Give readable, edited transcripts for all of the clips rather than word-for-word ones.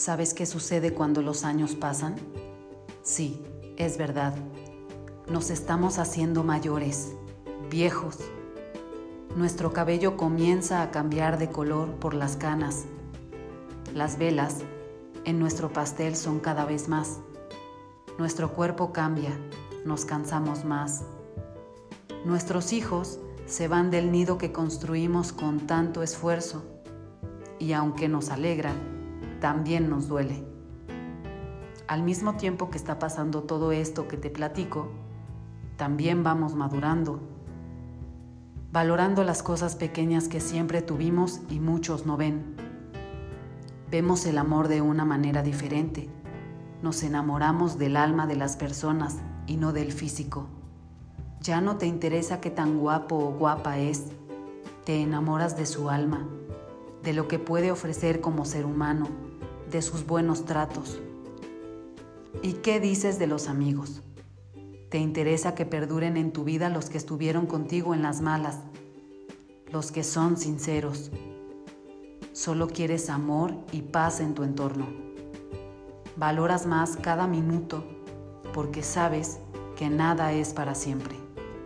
¿Sabes qué sucede cuando los años pasan? Sí, es verdad. Nos estamos haciendo mayores, viejos. Nuestro cabello comienza a cambiar de color por las canas. Las velas en nuestro pastel son cada vez más. Nuestro cuerpo cambia, nos cansamos más. Nuestros hijos se van del nido que construimos con tanto esfuerzo y aunque nos alegra, también nos duele. Al mismo tiempo que está pasando todo esto que te platico, también vamos madurando, valorando las cosas pequeñas que siempre tuvimos y muchos no ven. Vemos el amor de una manera diferente. Nos enamoramos del alma de las personas y no del físico. Ya no te interesa qué tan guapo o guapa es. Te enamoras de su alma, de lo que puede ofrecer como ser humano, de sus buenos tratos. ¿Y qué dices de los amigos? Te interesa que perduren en tu vida los que estuvieron contigo en las malas, los que son sinceros. Solo quieres amor y paz en tu entorno. Valoras más cada minuto porque sabes que nada es para siempre.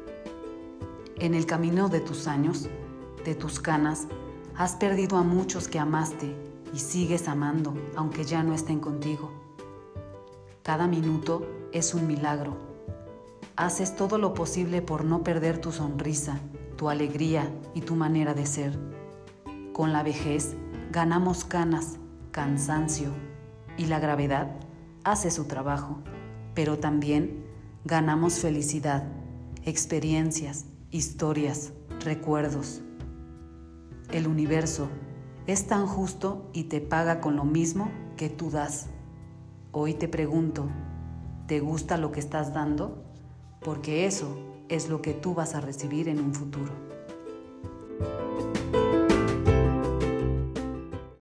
En el camino de tus años, de tus canas, has perdido a muchos que amaste y sigues amando aunque ya no estén contigo. Cada minuto es un milagro. Haces todo lo posible por no perder tu sonrisa, tu alegría y tu manera de ser. Con la vejez ganamos canas, cansancio y la gravedad hace su trabajo, pero también ganamos felicidad, experiencias, historias, recuerdos. El universo es tan justo y te paga con lo mismo que tú das. Hoy te pregunto, ¿te gusta lo que estás dando? Porque eso es lo que tú vas a recibir en un futuro.